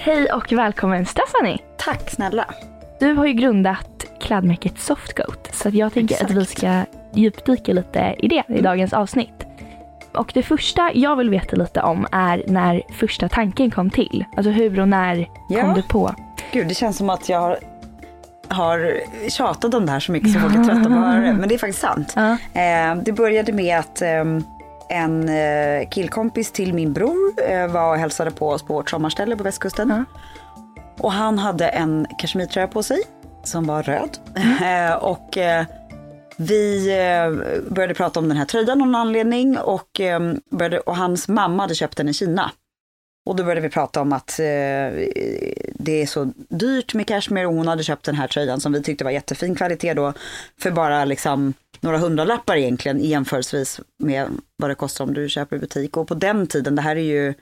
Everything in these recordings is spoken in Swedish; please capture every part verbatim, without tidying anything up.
Hej och välkommen Stephanie. Tack snälla. Du har ju grundat klädmärket Softgoat, så att jag tänker Exakt. att vi ska djupdyka lite i det i mm. dagens avsnitt. Och det första jag vill veta lite om är när första tanken kom till. Alltså hur och när ja. kom du på? Gud, det känns som att jag har, har tjatat om det här så mycket så folk är trötta på att höra det. Men det är faktiskt sant. Ja. Eh, det började med att eh, en eh, killkompis till min bror eh, var och hälsade på oss på vårt sommarställe på västkusten. Ja. Och han hade en kashmirtröja på sig som var röd. Mm. Eh, och... Eh, Vi började prata om den här tröjan av någon anledning och, började, och hans mamma hade köpt den i Kina. Och då började vi prata om att eh, det är så dyrt med kashmir och hon hade köpt den här tröjan som vi tyckte var jättefin kvalitet då för bara liksom några hundralappar egentligen jämförelsevis med vad det kostar om du köper i butik. Och på den tiden, det här är ju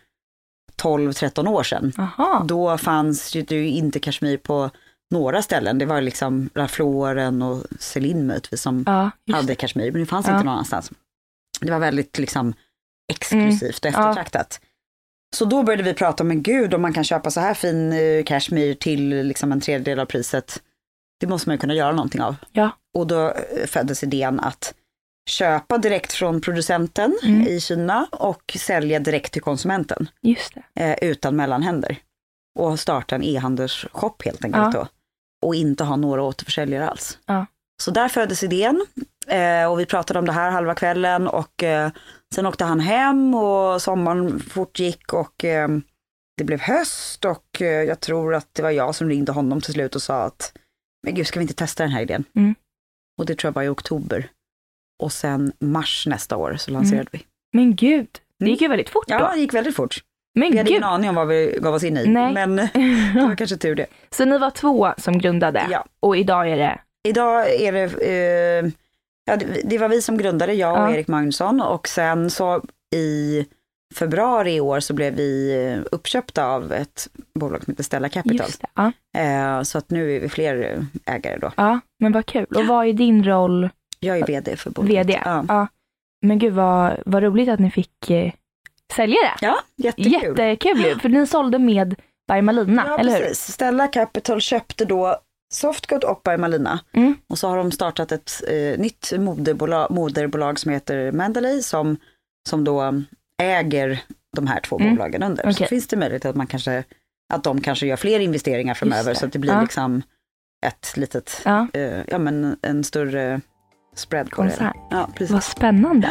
tolv tretton år sedan, Aha. då fanns ju inte kashmir på några ställen. Det var liksom Ralph Lauren och Celine möjligtvis som ja, hade kashmir, men det fanns ja. inte någon annanstans. Det var väldigt liksom exklusivt mm. och eftertraktat. Ja. Så då började vi prata om, men gud, om man kan köpa så här fin uh, kashmir till liksom en tredjedel av priset, det måste man ju kunna göra någonting av. Ja. Och då uh, föddes idén att köpa direkt från producenten mm. i Kina och sälja direkt till konsumenten. Just det. Uh, utan mellanhänder. Och starta en e-handelsshop helt enkelt ja. då. Och inte ha några återförsäljare alls. Ja. Så där föddes idén. Eh, och vi pratade om det här halva kvällen. Och eh, sen åkte han hem och sommaren fortgick. Och eh, det blev höst. Och eh, jag tror att det var jag som ringde honom till slut och sa att men gud, ska vi inte testa den här idén? Mm. Och det tror jag var i oktober. Och sen mars nästa år så lanserade mm. vi. Men gud, det gick ju väldigt fort då. Ja, det gick väldigt fort. Men vi hade gud. ingen aning om vad vi gav oss in i. Nej. Men det var kanske tur det. Så ni var två som grundade. Ja. Och idag är det? Idag är det, eh, ja, det, det var vi som grundade, jag och ja. Erik Magnusson. Och sen så i februari i år så blev vi uppköpta av ett bolag som heter Stella Capital. Just det, ja. eh, så att nu är vi fler ägare då. Ja, men vad kul. Och vad är din roll? Jag är vd för bolaget. vd, ja. ja. Men gud, vad, vad roligt att ni fick... Eh, sälja det? Ja, jättekul. Jättekul, för ni sålde med By Malina, ja, eller precis. hur? Stella Capital köpte då Softgoat och By Malina. Mm. Och så har de startat ett eh, nytt moderbolag, moderbolag som heter Mandalay som, som då äger de här två mm. bolagen under. Okay. Så finns det möjlighet att man kanske att de kanske gör fler investeringar framöver så att det blir ja. liksom ett litet, ja, eh, ja men en större spread på det. Ja, precis. Vad spännande.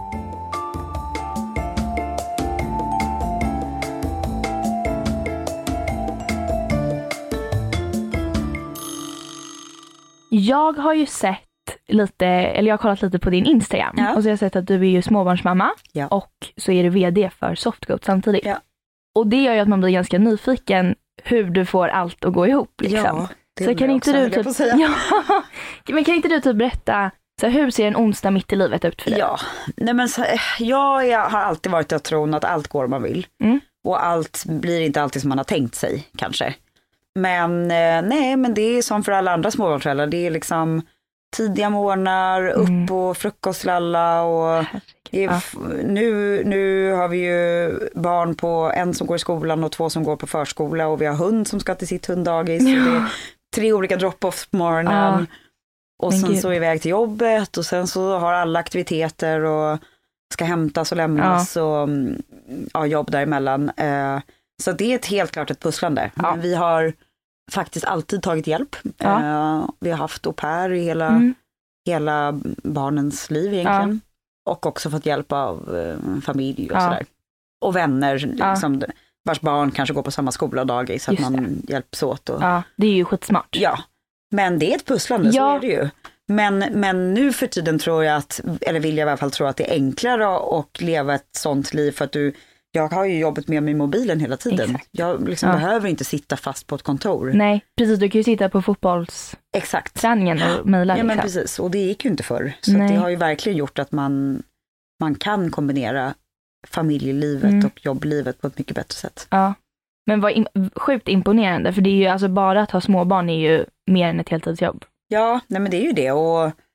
Jag har ju sett lite, eller jag har kollat lite på din Instagram. Ja. Och så har jag sett att du är ju småbarnsmamma. Ja. Och så är du vd för Softgoat samtidigt. Ja. Och det gör ju att man blir ganska nyfiken hur du får allt att gå ihop. Liksom. Ja, det så kan inte du typ, ja, men kan inte du typ berätta, så hur ser en onsdag mitt i livet ut för dig? Ja, nej men så, jag, jag har alltid varit att tro att allt går om man vill. Mm. Och allt blir inte alltid som man har tänkt sig, kanske. Men nej, men det är som för alla andra småbarnsföräldrar. Det är liksom tidiga morgnar, upp mm. och frukostlalla och ja. nu, nu har vi ju barn på en som går i skolan och två som går på förskola och vi har hund som ska till sitt hunddagis. Ja. Så det är tre olika drop-offs på morgonen ja. och men sen Gud. så iväg till jobbet och sen så har alla aktiviteter och ska hämtas och lämnas ja. och ja, jobb däremellan. Så det är ett helt klart ett pusslande. Ja. Men vi har faktiskt alltid tagit hjälp. Ja. Uh, vi har haft au pair i hela, mm. hela barnens liv egentligen. Ja. Och också fått hjälp av uh, familj och ja. sådär. Och vänner liksom, ja. vars barn kanske går på samma skola och dagis så att man det. hjälps åt. Och... Ja, det är ju skitsmart. Ja, men det är ett pusslande, ja. så är det ju. Men, men nu för tiden tror jag att, eller vill jag i alla fall tro att det är enklare att leva ett sånt liv för att du jag har ju jobbat med mig i mobilen hela tiden. Exakt. Jag liksom ja. behöver inte sitta fast på ett kontor. Nej, precis. Du kan ju sitta på fotbollsträningen och mejla. Ja, liksom. Men precis. Och det gick ju inte förr. Så det har ju verkligen gjort att man, man kan kombinera familjelivet mm. och jobblivet på ett mycket bättre sätt. Ja, men vad in, sjukt imponerande. För det är ju alltså bara att ha småbarn är ju mer än ett heltidsjobb. Ja, nej men det är ju det. Och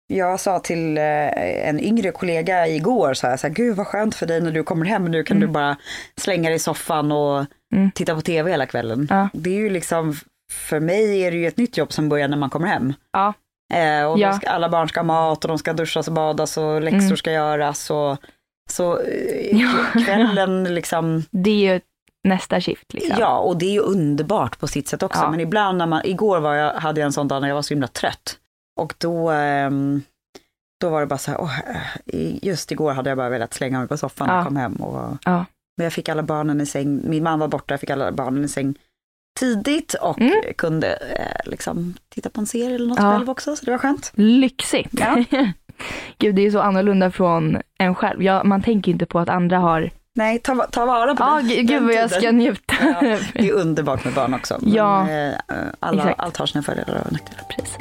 Jag sa till en yngre kollega igår så här, så här, gud vad skönt för dig när du kommer hem. Nu kan mm. du bara slänga dig i soffan och mm. titta på tv hela kvällen. Ja. Det är ju liksom, för mig är det ju ett nytt jobb som börjar när man kommer hem. Ja. Eh, och ja. ska, alla barn ska ha mat och de ska duschas och badas och läxor mm. ska göras. Och, så eh, kvällen liksom... Det är ju nästa skift liksom. Ja, och det är ju underbart på sitt sätt också. Ja. Men ibland när man, igår var jag, hade jag en sån dag när jag var så himla trött. Och då, då var det bara så här, åh, just igår hade jag bara velat slänga mig på soffan ja. och kom hem. Och, ja. Men jag fick alla barnen i säng, min man var borta, jag fick alla barnen i säng tidigt och mm. kunde eh, liksom titta på en serie eller något ja. själv också, så det var skönt. Lyxigt! Ja. Gud, det är så annorlunda från en själv. Ja, man tänker inte på att andra har... Nej, ta, ta vara på ja, den. Ja, gud vad jag ska njuta. Ja, det är underbart med barn också. Men ja, eh, alla, allt har sina fördelar och nackdelar. Precis.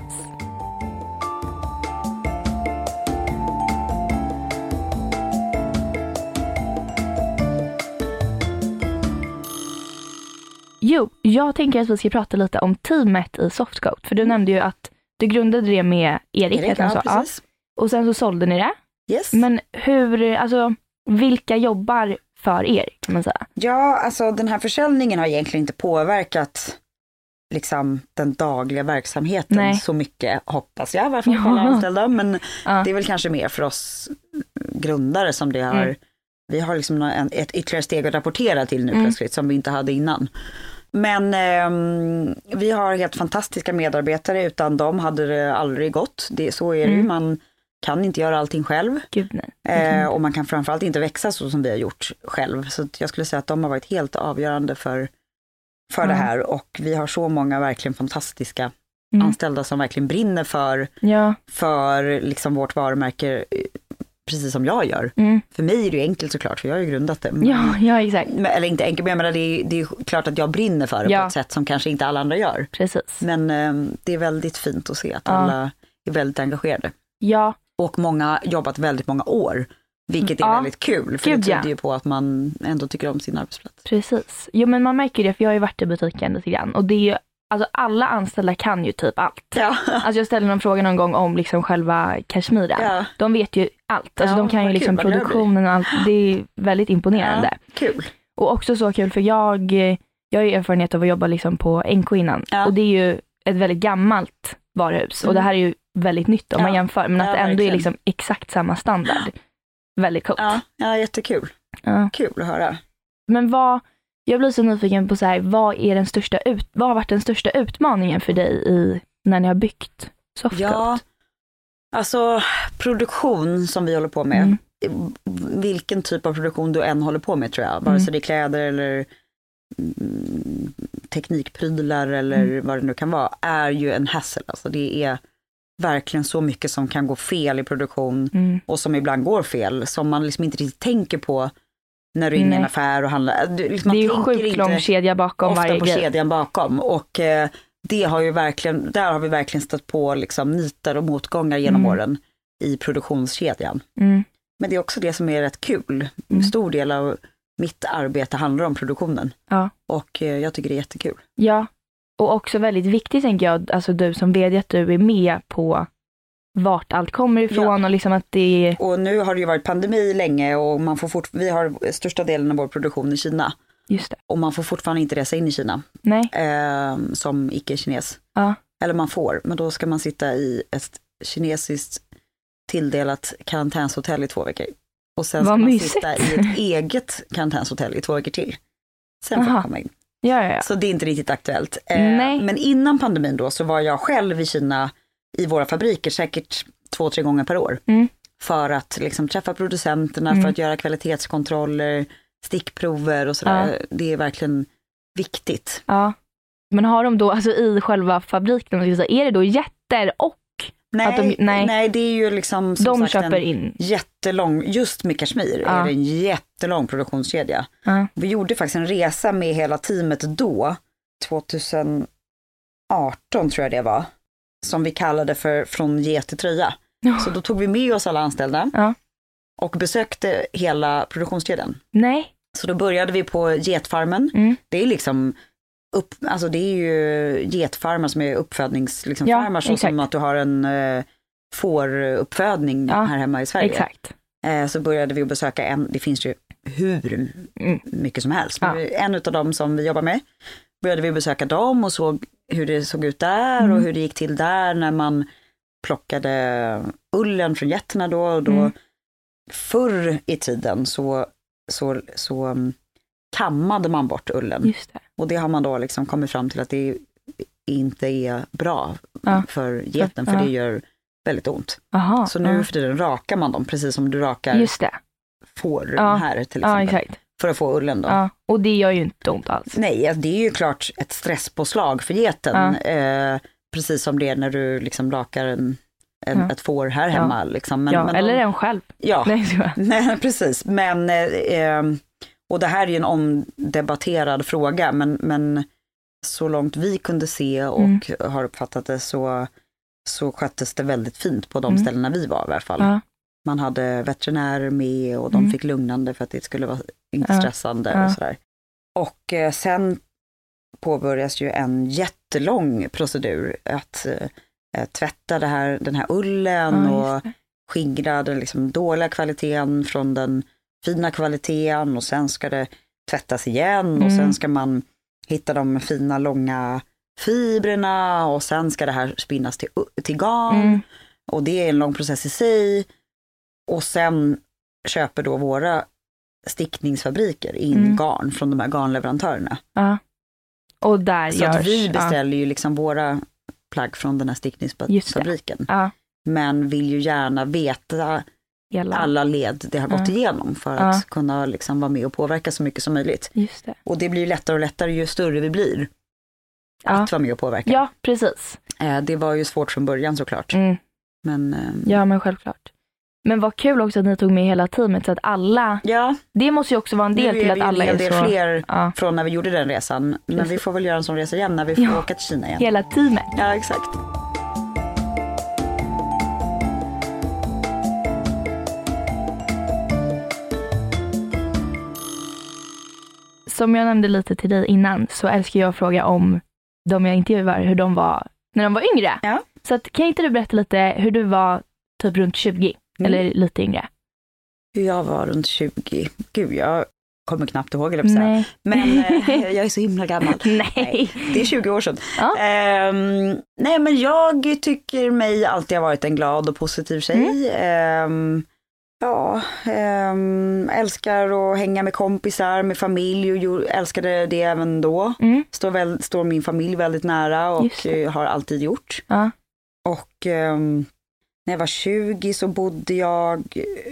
Jo, jag tänker att vi ska prata lite om teamet i Softgoat. För du nämnde ju att du grundade det med Erik. Erik ja, så. Precis. Ja. Och sen så sålde ni det. Yes. Men hur, alltså, vilka jobbar för er kan man säga? Ja, alltså den här försäljningen har egentligen inte påverkat liksom den dagliga verksamheten Nej. så mycket, hoppas jag. Varför ja. alla anställda, men ja. det är väl kanske mer för oss grundare som det har... Mm. Vi har liksom en, ett ytterligare steg att rapportera till nu mm. plötsligt som vi inte hade innan. Men eh, vi har helt fantastiska medarbetare, utan dem hade det aldrig gått. Det, så är det mm. ju, man kan inte göra allting själv. Gud, nej. Eh, och man kan framförallt inte växa så som vi har gjort själv. Så jag skulle säga att de har varit helt avgörande för, för mm. det här. Och vi har så många verkligen fantastiska mm. anställda som verkligen brinner för, ja. för liksom vårt varumärke, precis som jag gör. Mm. För mig är det ju enkelt såklart, för jag har ju grundat det. Men, ja, ja, exakt. Men, eller inte enkelt, men jag menar, det är, det är klart att jag brinner för det ja. på ett sätt som kanske inte alla andra gör. Precis. Men eh, det är väldigt fint att se att ja. alla är väldigt engagerade. Ja. Och många har jobbat väldigt många år, vilket är ja. väldigt kul. För Gud, det tyder ja. ju på att man ändå tycker om sin arbetsplats. Precis. Jo, men man märker det, för jag har ju varit i butiken lite grann. Och det är ju, alltså alla anställda kan ju typ allt. Ja. Alltså jag ställde någon fråga någon gång om liksom själva kashmiren. Ja. De vet ju allt. Alltså ja, de kan ju liksom kul, produktionen och allt. Det är väldigt imponerande. Ja, kul. Och också så kul, för jag, jag har ju erfarenhet av att jobba liksom på N K innan. Ja. Och det är ju ett väldigt gammalt varuhus. Mm. Och det här är ju väldigt nytt om ja. man jämför. Men att ja, det ändå verkligen. är liksom exakt samma standard. Väldigt coolt. Ja, ja jättekul. Ja. Kul att höra. Men vad... Jag blir så nyfiken på så här, vad är den största ut, vad har varit den största utmaningen för dig i när ni har byggt Softgoat? Ja, alltså produktion som vi håller på med. Mm. Vilken typ av produktion du än håller på med, tror jag. Vare sig mm. det är kläder eller mm, teknikprylar eller mm. vad det nu kan vara, är ju en hassle. Alltså det är verkligen så mycket som kan gå fel i produktion mm. och som ibland går fel, som man liksom inte riktigt tänker på när du är inne i en affär och handlar. Liksom, det är ju sjukt lång kedja bakom varje grej. Ofta på kedjan bakom. Och eh, det har ju verkligen, där har vi verkligen stött på liksom nitar och motgångar genom mm. åren i produktionskedjan. Mm. Men det är också det som är rätt kul. En mm. stor del av mitt arbete handlar om produktionen. Ja. Och eh, jag tycker det är jättekul. Ja, och också väldigt viktigt tänker jag, alltså du som vd, att du är med på vart allt kommer ifrån ja. och liksom att det... Och nu har det ju varit pandemi länge och man får fort... vi har största delen av vår produktion i Kina. Just det. Och man får fortfarande inte resa in i Kina. Nej. Eh, som icke-kines. Ja. Eller man får, men då ska man sitta i ett kinesiskt tilldelat karantänshotell i två veckor. Och sen ska man sitta i ett eget karantänshotell i två veckor till. Sen får man komma in. Ja, ja, ja. Så det är inte riktigt aktuellt. Eh, Nej. Men innan pandemin då så var jag själv i Kina i våra fabriker säkert två, tre gånger per år. Mm. För att liksom träffa producenterna, mm. för att göra kvalitetskontroller, stickprover och sådär. Ja. Det är verkligen viktigt. Ja. Men har de då, alltså i själva fabriken, är det då jätter och Nej, att de, nej. nej, det är ju liksom som de sagt köper en in. jättelång, just med kashmir ja. är det en jättelång produktionskedja. Ja. Vi gjorde faktiskt en resa med hela teamet då, tjugoarton tror jag det var, som vi kallade för från get till tröja. Ja. Så då tog vi med oss alla anställda ja. och besökte hela produktionskedjan. Nej. Så då började vi på getfarmen. Mm. Det är liksom upp, alltså det är ju getfarmar som är uppfödningsfarmar liksom, ja, så som att du har en, fåruppfödning ja, här hemma i Sverige. Exakt. Eh, så började vi att besöka en, det finns ju hur mycket som helst. Ja. En av dem som vi jobbar med, började vi besöka dem och såg hur det såg ut där mm. och hur det gick till där när man plockade ullen från getterna då. Och då mm. förr i tiden så, så, så um, kammade man bort ullen. Just det. Och det har man då liksom kommit fram till att det inte är bra ja. för geten, för ja. det gör väldigt ont. Aha, så nu ja. för tiden rakar man dem, precis som du rakar Just det. får ja. här till exempel. Ja, exakt. För att få ullen då. Ja, och det gör ju inte ont alls. Nej, det är ju klart ett stresspåslag för geten. Ja. Eh, precis som det är när du liksom rakar en, en, ja. ett får här hemma. Ja. Liksom. Men, ja, men eller de, en själv. Ja, Nej, nej, precis. Men, eh, och det här är ju en omdebatterad fråga, men, men så långt vi kunde se och mm. har uppfattat det så, så sköttes det väldigt fint på de mm. ställena vi var i alla fall. Ja. Man hade veterinärer med och de mm. fick lugnande för att det skulle vara inte stressande ja. och sådär. Och eh, sen påbörjas ju en jättelång procedur att eh, tvätta det här, den här ullen ja, och skingra den liksom dåliga kvaliteten från den fina kvaliteten och sen ska det tvättas igen mm. och sen ska man hitta de fina långa fibrerna och sen ska det här spinnas till, till garn mm. och det är en lång process i sig. Och sen köper då våra stickningsfabriker in mm. garn från de här garnleverantörerna. Ja. Och där så görs, att vi beställer ja. ju liksom våra plagg från den här stickningsfabriken. Ja. Men vill ju gärna veta Hela. alla led det har gått ja. igenom för att ja. kunna liksom vara med och påverka så mycket som möjligt. Just det. Och det blir lättare och lättare ju större vi blir att ja. vara med och påverka. Ja, precis. Det var ju svårt från början såklart. Mm. Men, ja, men självklart. Men vad kul också att ni tog med hela teamet så att alla, ja. det måste ju också vara en del till att alla är så. Det är fler ja. från när vi gjorde den resan. Men Precis. vi får väl göra en sån resa igen när vi får ja. åka till Kina igen. Hela teamet. Ja, exakt. Som jag nämnde lite till dig innan så älskar jag att fråga om de jag intervjuar, hur de var när de var yngre. Ja. Så att, kan inte du berätta lite hur du var typ runt tjugo mm. eller lite yngre? Hur jag var runt tjugo. Gud, jag kommer knappt ihåg eller säga. Men eh, jag är så himla gammal. Nej. nej. Det är tjugo år sedan. Ja. Um, nej, men jag tycker mig alltid ha varit en glad och positiv tjej. Mm. Um, ja, um, älskar att hänga med kompisar, med familj och jo, älskade det även då. Mm. Står, väl, står min familj väldigt nära och har alltid gjort. Ja. Och um, när jag var tjugo så bodde jag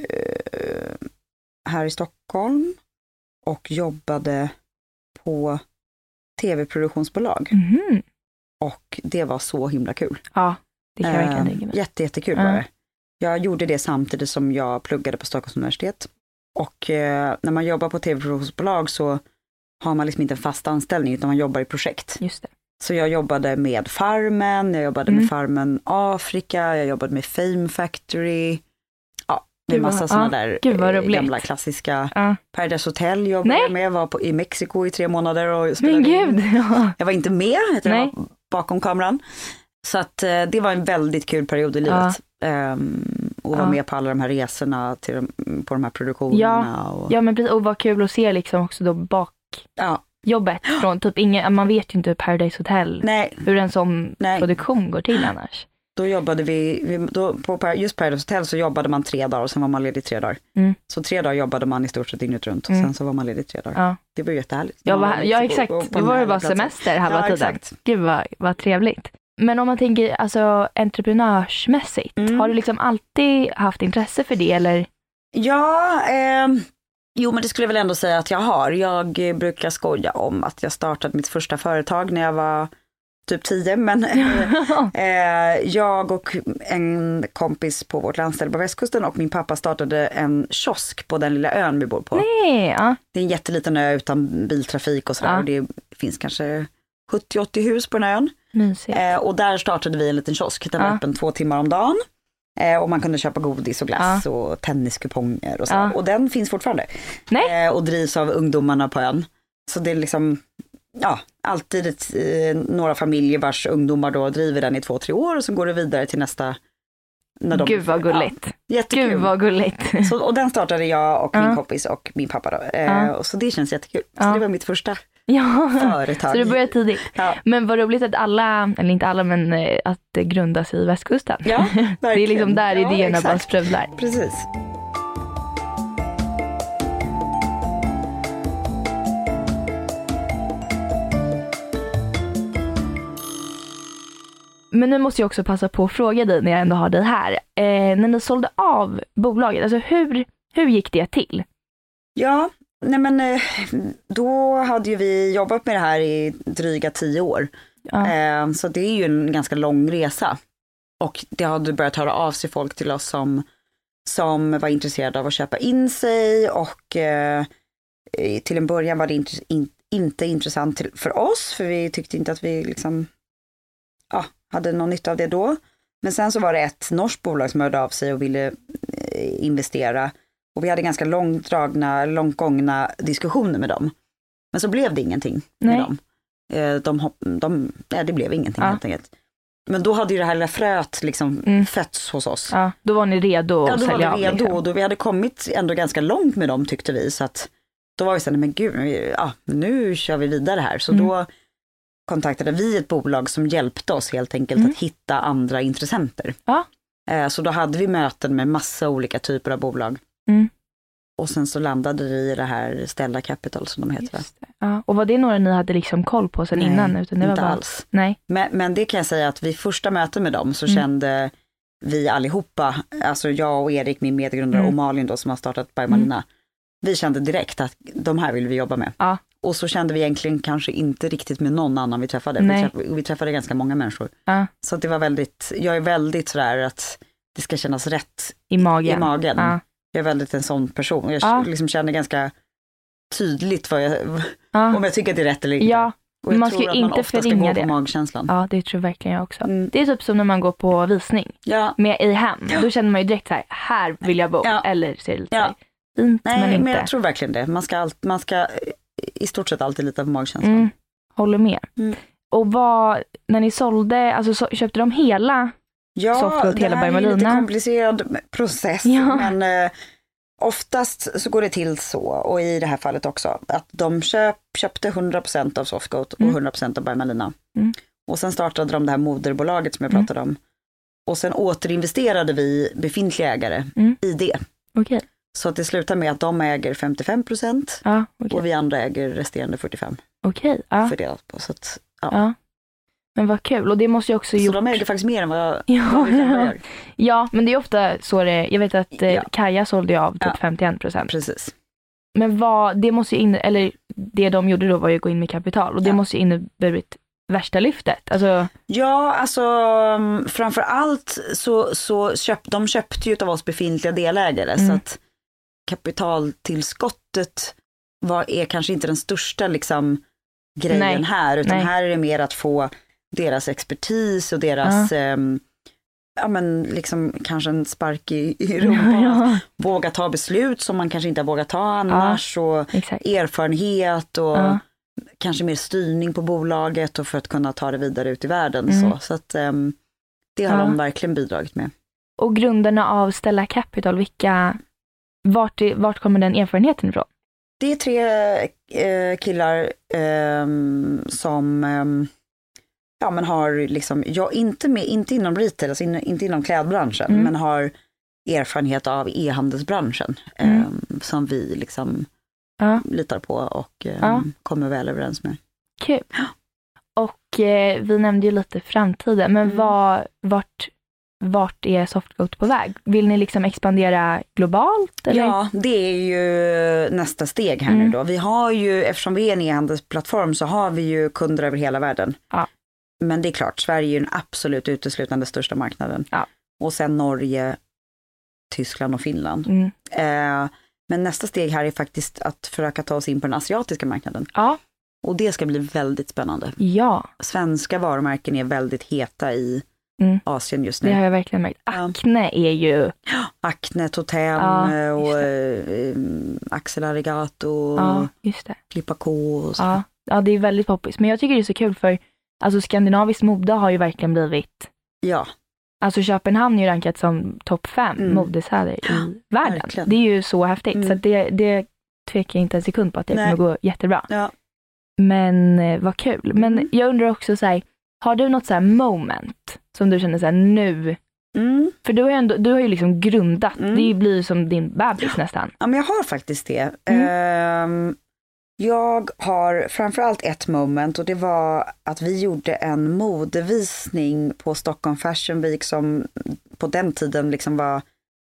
uh, här i Stockholm och jobbade på tv-produktionsbolag. Mm. Och det var så himla kul. Ja, det kan jag verkligen tänka mig. Jätte, jättekul var det. Jag gjorde det samtidigt som jag pluggade på Stockholms universitet. Och eh, när man jobbar på tv-produktionsbolag så har man liksom inte en fast anställning utan man jobbar i projekt. Just det. Så jag jobbade med Farmen, jag jobbade mm. med Farmen Afrika, jag jobbade med Fame Factory. Ja, med Gud, massa sådana ja. där Gud, gamla klassiska. Ja. Paradise Hotel jobbade jag med, var på, i Mexiko i tre månader och spelade Men Gud, ja. Jag var inte med, jag var bakom kameran. Så att eh, det var en väldigt kul period i livet. Ja. Um, och vara ja. med på alla de här resorna till de, på de här produktionerna. Ja, och... ja men precis, och vad kul att se liksom också då bak ja. jobbet från typ ingen, man vet ju inte hur Paradise Hotel, Nej. hur en sån Nej. produktion går till annars. Då jobbade vi, vi då, på just Paradise Hotel så jobbade man tre dagar och sen var man ledig tre dagar. Mm. Så tre dagar jobbade man i stort sett dygnet runt och mm. sen så var man ledig tre dagar. Ja. Det var ju jättehärligt. Ja, var, ja exakt, det var ju bara semester halva ja, tiden. Exakt. Gud vad, vad trevligt. Men om man tänker alltså entreprenörsmässigt, mm. har du liksom alltid haft intresse för det eller? Ja, eh, jo men det skulle jag väl ändå säga att jag har. Jag brukar skoja om att jag startade mitt första företag när jag var typ tio. Men eh, jag och en kompis på vårt landställe på västkusten och min pappa startade en kiosk på den lilla ön vi bor på. Nej, ja. Det är en jätteliten ö utan biltrafik och sådär. Ja. Och det finns kanske sjuttio åttio hus på den ön. Eh, och där startade vi en liten kiosk. Den var ja. öppen två timmar om dagen. Eh, och man kunde köpa godis och glass ja. och tenniskuponger och så. Ja. Och den finns fortfarande. Nej. Eh, och drivs av ungdomarna på ön. Så det är liksom, ja, alltid ett, eh, några familjer vars ungdomar då driver den i två, tre år och så går det vidare till nästa När de, Gud vad gulligt. Ja, jättekul. Gud vad gulligt. Så, och den startade jag och min ja. kompis och min pappa då. Eh, ja. och så det känns jättekul. Så ja. det var mitt första ja. företag. Så du började tidigt. Ja. Men vad roligt att alla, eller inte alla, men att det grundas i västkusten. Ja, det är liksom där ja, idéerna exakt. bara sprudlar. Precis. Men nu måste jag också passa på att fråga dig när jag ändå har dig här. Eh, när ni sålde av bolaget, alltså hur, hur gick det till? Ja, nej men då hade ju vi jobbat med det här i dryga tio år. Ja. Eh, så det är ju en ganska lång resa. Och det hade börjat höra av sig folk till oss som, som var intresserade av att köpa in sig. Och eh, till en början var det inte, in, inte intressant till, för oss. För vi tyckte inte att vi liksom... Ja, hade någon nytta av det då. Men sen så var det ett norskt bolag som hörde av sig och ville eh, investera. Och vi hade ganska långdragna, långt gångna diskussioner med dem. Men så blev det ingenting Nej. med dem. Eh, de, de, nej, det blev ingenting ja. helt enkelt. Men då hade ju det här lilla fröet liksom mm. fötts hos oss. Ja, då var ni redo att ja, då sälja var vi redo, av. Liksom. Och då vi hade kommit ändå ganska långt med dem tyckte vi. Så att då var vi så här, men gud, ja, nu kör vi vidare här. Så mm. då kontaktade vi ett bolag som hjälpte oss helt enkelt mm. att hitta andra intressenter. Ja. Så då hade vi möten med massa olika typer av bolag. Mm. Och sen så landade vi i det här Stella Capital som de heter. Ja. Och var det några ni hade liksom koll på sen Nej, innan? Utan det var inte bara... alls. Nej. Men, men det kan jag säga att vid första möten med dem så mm. kände vi allihopa, alltså jag och Erik, min medgrundare mm. och Malin då som har startat By Malina. Mm. Vi kände direkt att de här vill vi jobba med. Ja. Och så kände vi egentligen kanske inte riktigt med någon annan vi träffade. Nej. Vi träffade, vi träffade ganska många människor. Ja. Så att det var väldigt, jag är väldigt sådär att det ska kännas rätt i magen. I magen. Ja. Jag är väldigt en sån person. Jag ja. liksom känner ganska tydligt vad jag, ja. om jag tycker att det är rätt eller inte. Ja. Och jag man tror ska att inte man ofta ska gå på magkänslan. Ja, det tror verkligen jag också. Mm. Det är typ som när man går på visning ja. med i hem. Ja. Då känner man ju direkt så här, här vill jag bo. Ja. Eller ser det lite ja. så här, fint, Nej, men inte. Men jag tror verkligen det. Man ska, allt, man ska i stort sett alltid lita på magkänslan. Mm. Håller med. Mm. Och vad, när ni sålde, alltså så, köpte de hela ja, Softgoat, hela By Malina? Ja, det är en lite komplicerad process. Ja. Men eh, oftast så går det till så, och i det här fallet också, att de köp, köpte hundra procent av Softgoat och mm. hundra procent av By Malina. Mm. Och sen startade de det här moderbolaget som jag pratade mm. om. Och sen återinvesterade vi befintliga ägare mm. i det. Okay. Så att det slutar med att de äger femtiofem procent ja, okay. och vi andra äger resterande fyrtiofem. Okej, okay, ja. Fördelat på. Så att, ja. ja. Men vad kul, och det måste ju också så gjort... de äger faktiskt mer än vad, ja. vad vi själva gör. Ja, men det är ofta så det... Jag vet att eh, ja. Kaja sålde ju av typ ja. femtioen procent. Precis. Men vad, det måste ju in... Eller det de gjorde då var ju att gå in med kapital. Och det ja. måste ju inneburit värsta lyftet. Alltså... Ja, alltså framför allt så, så köp, de köpte ju av oss befintliga delägare. Mm. Så att kapitaltillskottet var, är kanske inte den största liksom, grejen Nej. här. Utan Nej. här är det mer att få deras expertis och deras... Ja. Um, ja men liksom kanske en spark i, i rumpan. Ja. Våga ta beslut som man kanske inte har vågat ta annars. Ja. Och Exakt. erfarenhet och... Ja. kanske mer styrning på bolaget och för att kunna ta det vidare ut i världen. Mm. Så, så att um, det har ja. de verkligen bidragit med. Och grunderna av Stella Capital, vilka, vart, vart kommer den erfarenheten ifrån? Det är tre eh, killar eh, som eh, ja, men har liksom, ja, inte, med, inte inom retail, alltså in, inte inom klädbranschen, mm. men har erfarenhet av e-handelsbranschen mm. eh, som vi liksom Ja. litar på och eh, ja. kommer väl överens med. Kul. Och eh, vi nämnde ju lite framtiden, men mm. vad, vart, vart är Softgoat på väg? Vill ni liksom expandera globalt? Eller? Ja, det är ju nästa steg här mm. nu då. Vi har ju, eftersom vi är en e-handelsplattform så har vi ju kunder över hela världen. Ja. Men det är klart, Sverige är ju den absolut uteslutande största marknaden. Ja. Och sen Norge, Tyskland och Finland. Mm. Eh, Men nästa steg här är faktiskt att försöka ta oss in på den asiatiska marknaden. Ja. Och det ska bli väldigt spännande. Ja. Svenska varumärken är väldigt heta i mm. Asien just nu. Det har jag verkligen märkt. Acne är ju... Acne, Totem ja, och äh, Axel Arigato. Ja, just det. Klippa K och så. Ja. ja, det är väldigt poppis. Men jag tycker det är så kul för alltså skandinavisk mode har ju verkligen blivit ja. Alltså Köpenhamn är ju rankat som topp fem mm. modestäder i världen. Verkligen. Det är ju så häftigt. Mm. Så att det, det tvekar jag inte en sekund på att det Nej. kommer gå jättebra. Ja. Men eh, vad kul. Men mm. jag undrar också så här, har du något så här moment som du känner så här nu? Mm. För du har ju, ändå, du har ju liksom grundat. Mm. Det blir ju som din bebis nästan. Ja, men jag har faktiskt det. Mm. Um, jag har framförallt ett moment och det var att vi gjorde en modevisning på Stockholm Fashion Week som på den tiden liksom var...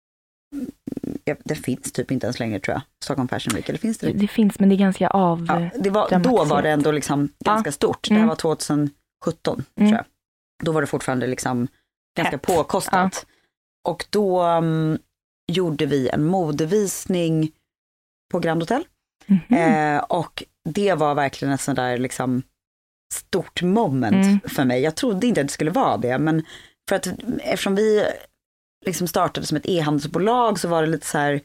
Det finns typ inte ens längre tror jag. Stockholm Fashion Week, eller finns det? Det finns, men det är ganska av... Ja, det var, då var det ändå liksom ganska ja. stort. Det här var tjugohundrasjutton mm. tror jag. Då var det fortfarande liksom ganska Hett. påkostat. Ja. Och då um, gjorde vi en modevisning på Grand Hotel. Mm-hmm. Eh, och det var verkligen ett sånt där liksom stort moment mm. för mig. Jag trodde inte att det skulle vara det, men för att eftersom vi liksom startade som ett e-handelsbolag så var det lite så här,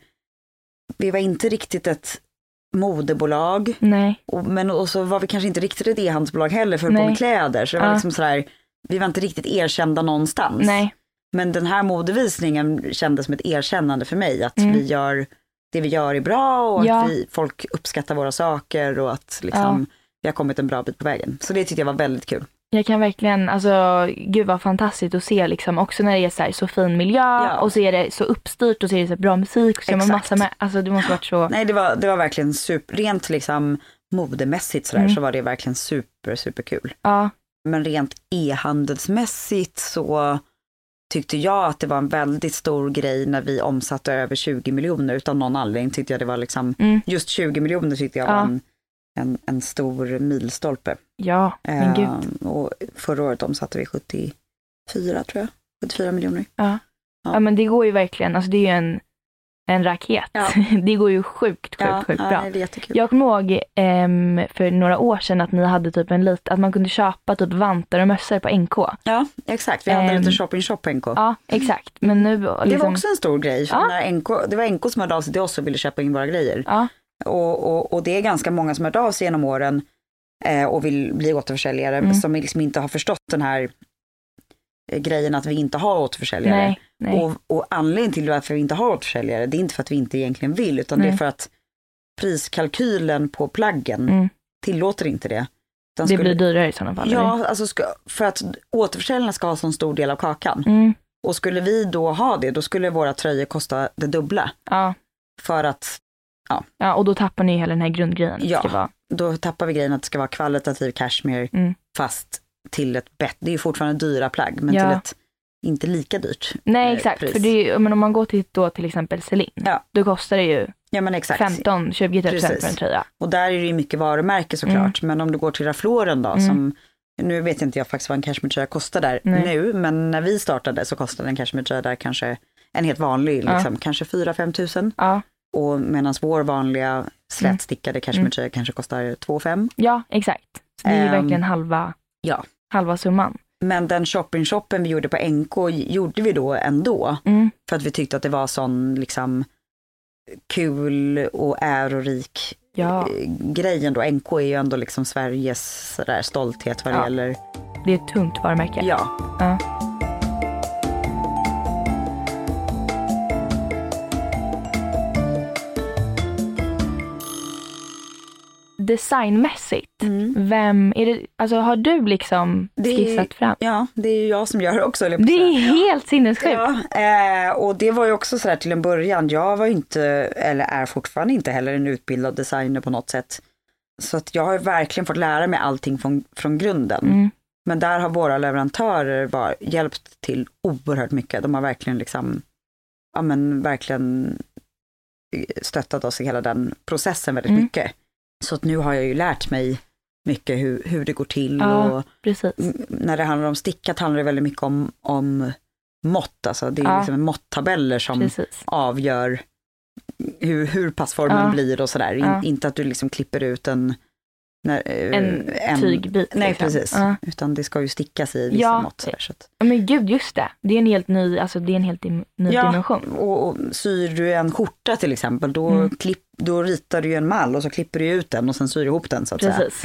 vi var inte riktigt ett modebolag. Nej. Och, men och så var vi kanske inte riktigt ett e-handelsbolag heller för på med kläder. Så det var ja. liksom så här, vi var inte riktigt erkända någonstans. Nej. Men den här modevisningen kändes som ett erkännande för mig. Att mm. vi gör, det vi gör är bra och ja. att vi, folk uppskattar våra saker och att liksom, ja. vi har kommit en bra bit på vägen. Så det tyckte jag var väldigt kul. Jag kan verkligen, alltså gud vad fantastiskt att se liksom, också när det är så, här, så fin miljö ja. och så är det så uppstyrt och så är det så bra musik och så är man massa med, alltså det måste varit så... Nej, det var, det var verkligen super, rent liksom modemässigt sådär mm. så var det verkligen super, super kul. Ja. Men rent e-handelsmässigt så tyckte jag att det var en väldigt stor grej när vi omsatte över tjugo miljoner. Utan någon anledning tyckte jag det var liksom, mm. just tjugo miljoner tyckte jag ja. var en, en, en stor milstolpe. Ja, men gud. Um, och förra året omsatte vi sjuttiofyra tror jag, sjuttiofyra miljoner. Ja. Ja. ja, men det går ju verkligen, alltså det är ju en, en raket. Ja. Det går ju sjukt, sjukt, ja, sjukt ja, bra. Det är jättekul. Jag kommer ihåg um, för några år sedan att ni hade typ en lit, att man kunde köpa typ vantar och mössor på N K. Ja, exakt. Vi hade um, lite shopping shop på N K. Ja, exakt. Men nu liksom... Det var också en stor grej. För ja. när N K, det var N K som hade av sig till oss och ville köpa in våra grejer. Ja. Och, och, och det är ganska många som har hört av sig genom åren eh, och vill bli återförsäljare mm. som liksom inte har förstått den här eh, grejen att vi inte har återförsäljare. Nej, nej. Och, och anledningen till varför vi inte har återförsäljare, det är inte för att vi inte egentligen vill, utan nej. det är för att priskalkylen på plaggen mm. tillåter inte det. Det skulle, blir dyrare i sådana fall. Ja, alltså ska, för att återförsäljarna ska ha så stor del av kakan. Mm. Och skulle vi då ha det, då skulle våra tröjor kosta det dubbla. Ja. För att Ja. ja, och då tappar ni hela den här grundgrejen. Ja, ska vara... då tappar vi grejen att det ska vara kvalitativ cashmere mm. fast till ett bett. Det är ju fortfarande dyra plagg, men ja. till ett inte lika dyrt Nej, exakt. Pris. För det är ju, men om man går till då till exempel Celine, ja. då kostar det ju ja, men exakt. femton till tjugo tusen för en tröja. Och där är det ju mycket varumärke såklart. Mm. Men om du går till Ralph Lauren då, mm. som, nu vet inte jag faktiskt vad en cashmere-tröja kostar där Nej. nu, men när vi startade så kostade en cashmere-tröja där kanske en helt vanlig, liksom, ja. kanske fyra till fem tusen. Ja. Och medan vår vanliga slätstickade cashmere mm. kanske kostar två fem. Ja, exakt. Så det är ju um, verkligen halva, ja. halva summan. Men den shopping-shoppen vi gjorde på N K gjorde vi då ändå. Mm. För att vi tyckte att det var sån liksom kul och ärorik ja. grejen då. N K är ju ändå liksom Sveriges sådär stolthet vad det ja. gäller. Det är ett tungt varumärke. Ja. ja. Designmässigt, mm. vem är det, alltså har du liksom det skissat är, fram? Ja, det är ju jag som gör det också. Det är helt ja. sinnessjukt. Ja, eh, och det var ju också sådär till en början, jag var inte, eller är fortfarande inte heller en utbildad designer på något sätt. Så att jag har verkligen fått lära mig allting från, från grunden. Mm. Men där har våra leverantörer bara hjälpt till oerhört mycket. De har verkligen liksom, ja men verkligen stöttat oss i hela den processen väldigt mm. mycket. Så att nu har jag ju lärt mig mycket hur, hur det går till. Ja, och precis. När det handlar om stickat handlar det väldigt mycket om, om mått. Alltså det är ja. liksom måttabeller som precis. avgör hur, hur passformen ja. blir och sådär. Ja. In, inte att du liksom klipper ut en... När, en, en tygbit. Nej, liksom. precis. Ja. Utan det ska ju stickas i vissa ja. mått. Sådär, så att. Ja, men gud, just det. Det är en helt ny, alltså det är en helt ny ja, dimension. Och, och syr du en skjorta till exempel, då, mm. klipp, då ritar du ju en mall och så klipper du ut den och sen syr ihop den så att precis. säga.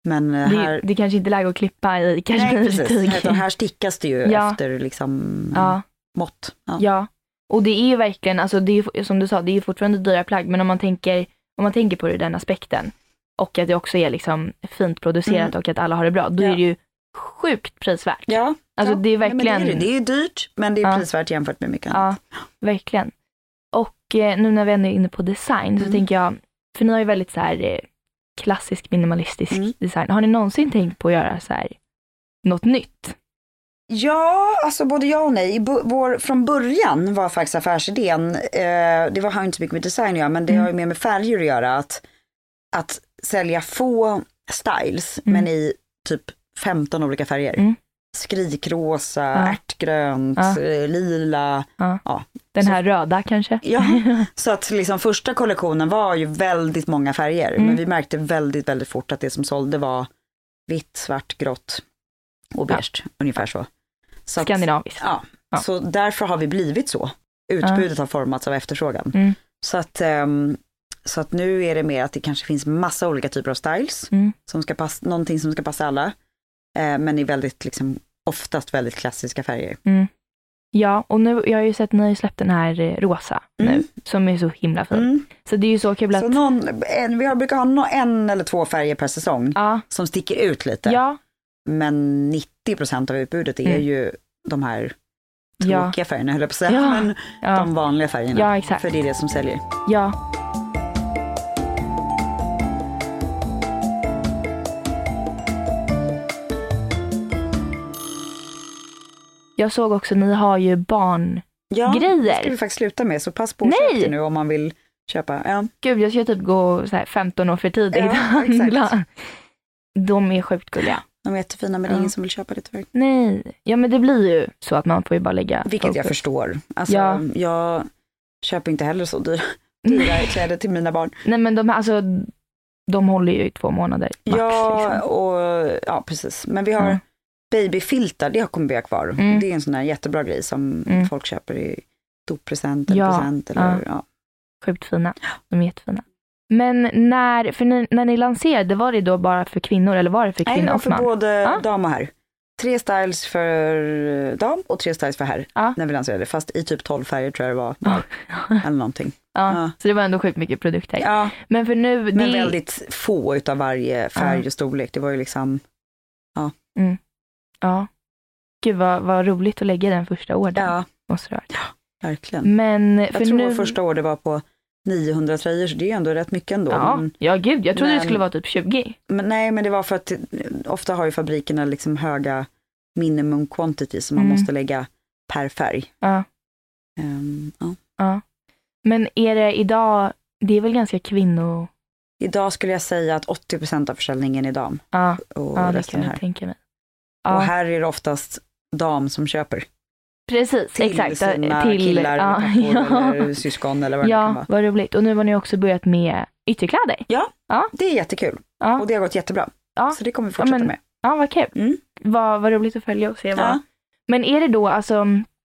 Men det, här... det kanske inte är läge att klippa i kashmirtyg. Nej, här stickas det ju ja. efter liksom ja. mått. Ja. ja, och det är ju verkligen, alltså det är, som du sa, det är fortfarande dyra plagg, men om man tänker, om man tänker på det, den aspekten, och att det också är liksom fint producerat mm. och att alla har det bra, då ja. är det ju sjukt prisvärt. Ja, alltså ja. det är verkligen... Nej, men det, är det. det är dyrt, men det är ja. prisvärt jämfört med mycket annat. Ja, verkligen. Och eh, nu när vi ändå är inne på design mm. så tänker jag, för ni har ju väldigt så här eh, klassisk minimalistisk mm. design. Har ni någonsin tänkt på att göra så här något nytt? Ja, alltså både ja och nej. B- vår, från början var faktiskt affärsidén, eh, det var, har inte så mycket med design att göra, men det mm. har ju mer med färger att göra. Att, att sälja få styles, mm. men i typ femton olika färger. Mm. Skrikrosa, ja. ärtgrönt, ja. lila. Ja. Ja. Den här så, röda kanske? Ja, så att liksom första kollektionen var ju väldigt många färger. Mm. Men vi märkte väldigt, väldigt fort att det som sålde var vitt, svart, grått och beige. Ja. Ungefär så. så Skandinaviskt. Ja. ja, så därför har vi blivit så. Utbudet ja. har formats av efterfrågan. Mm. Så att... Um, Så att nu är det mer att det kanske finns massa olika typer av styles. Mm. Som ska passa, någonting som ska passa alla. Eh, men i väldigt, liksom, oftast väldigt klassiska färger. Mm. Ja, och nu, jag har ju sett att ni har släppt den här rosa mm. nu. Som är så himla fin. Mm. Så det är ju så kul att... Så någon, en, vi har, brukar ha no, en eller två färger per säsong. Ja. Som sticker ut lite. Ja. Men nittio procent av utbudet är mm. ju de här tråkiga ja. färgerna, höll jag på att säga. Ja. Men ja. de vanliga färgerna. Ja, exakt. För det är det som säljer. Ja. Jag såg också, ni har ju barngrejer. Ja, det ska vi faktiskt sluta med. Så pass på att köpa nu om man vill köpa. Ja. Gud, jag ska typ gå så här femton år för tidigt. Ja, exakt. De är sjukt gulliga. De är jättefina, men det är ja. ingen som vill köpa det tyvärr. Nej, ja men det blir ju så att man får ju bara lägga Vilket fokus. Jag förstår. Alltså, ja. jag köper inte heller så dyra, dyra kläder till mina barn. Nej, men de, alltså, de håller ju i två månader max. Ja, liksom. och, ja precis. Men vi har... Mm. Babyfiltar, det kommer vi ha kvar. Mm. Det är en sån här jättebra grej som mm. folk köper i doppresent eller ja, present. Eller, ja. Ja. Sjukt fina. De är jättefina. Men när, för ni, när ni lanserade, var det då bara för kvinnor eller var det för kvinnor och man? Nej, det var för både ja. dam och herr. Tre styles för dam och tre styles för herr. Ja. När vi lanserade, fast i typ tolv färger tror jag det var. Ja. Eller någonting. Ja. Ja. Så det var ändå sjukt mycket produkter. Ja. Men för nu... Men det... väldigt få utav varje färg och storlek. Det var ju liksom... Ja. Mm. Ja, gud vad, vad roligt att lägga den första ordern. Ja, måste det vara. Ja, verkligen. Men jag för tror nu... första order var på niohundra tröjor, så det är ändå rätt mycket ändå. Ja, men, ja gud, jag trodde men, det skulle vara typ tjugo. Men, nej, men det var för att ofta har ju fabrikerna liksom höga minimum quantity som man mm. måste lägga per färg. Ja. Um, ja. ja. Men är det idag, det är väl ganska kvinno... Idag skulle jag säga att åttio procent av försäljningen är dam. Ja, och ja resten det kan här. jag tänka mig. Ja. Och här är det oftast dam som köper. Precis, till exakt. Sina till killar, ja, ja. eller syskon eller vad ja, det kan vara. Ja, vad roligt. Och nu har ni också börjat med ytterkläder. Ja, ja. det är jättekul. Ja. Och det har gått jättebra. Ja. Så det kommer vi fortsätta ja, men, med. Ja, vad kul. Mm. Vad, vad roligt att följa och se. Vad... Ja. Men är det då alltså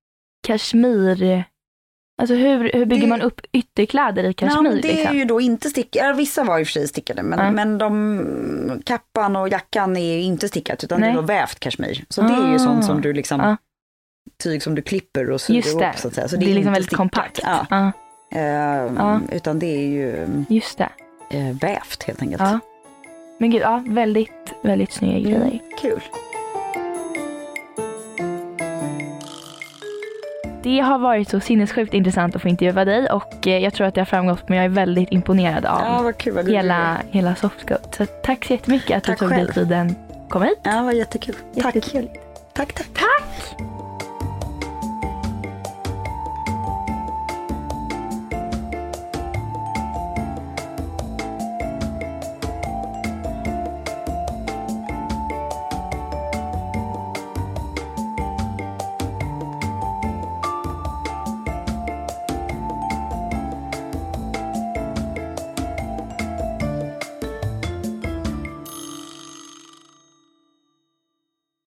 kashmir... Alltså hur, hur bygger det... man upp ytterkläder i kashmir? Ja, det liksom? är ju då inte stickade. Vissa var i och för sig stickade. Men, mm. men de, kappan och jackan är inte stickat. Utan Nej. det är då vävt kashmir. Så ah. det är ju sånt som du liksom... Ah. Tyg som du klipper och syr Just det. upp så att säga. Så det, det är, är liksom väldigt stickat. kompakt. Ja. Ah. Uh, ah. Utan det är ju Just det. Uh, vävt helt enkelt. Ah. Men gud, ja, väldigt, väldigt snygga mm. grejer. Kul. Det har varit så sinnessjukt intressant att få intervjua dig och jag tror att det har framgått, men jag är väldigt imponerad av ja, vad kul, vad hela, hela Softgoat. Så tack så jättemycket att tack du tog dig tiden att komma hit. Ja, det var jättekul. Jättekul. Tack. Tack, tack. Tack.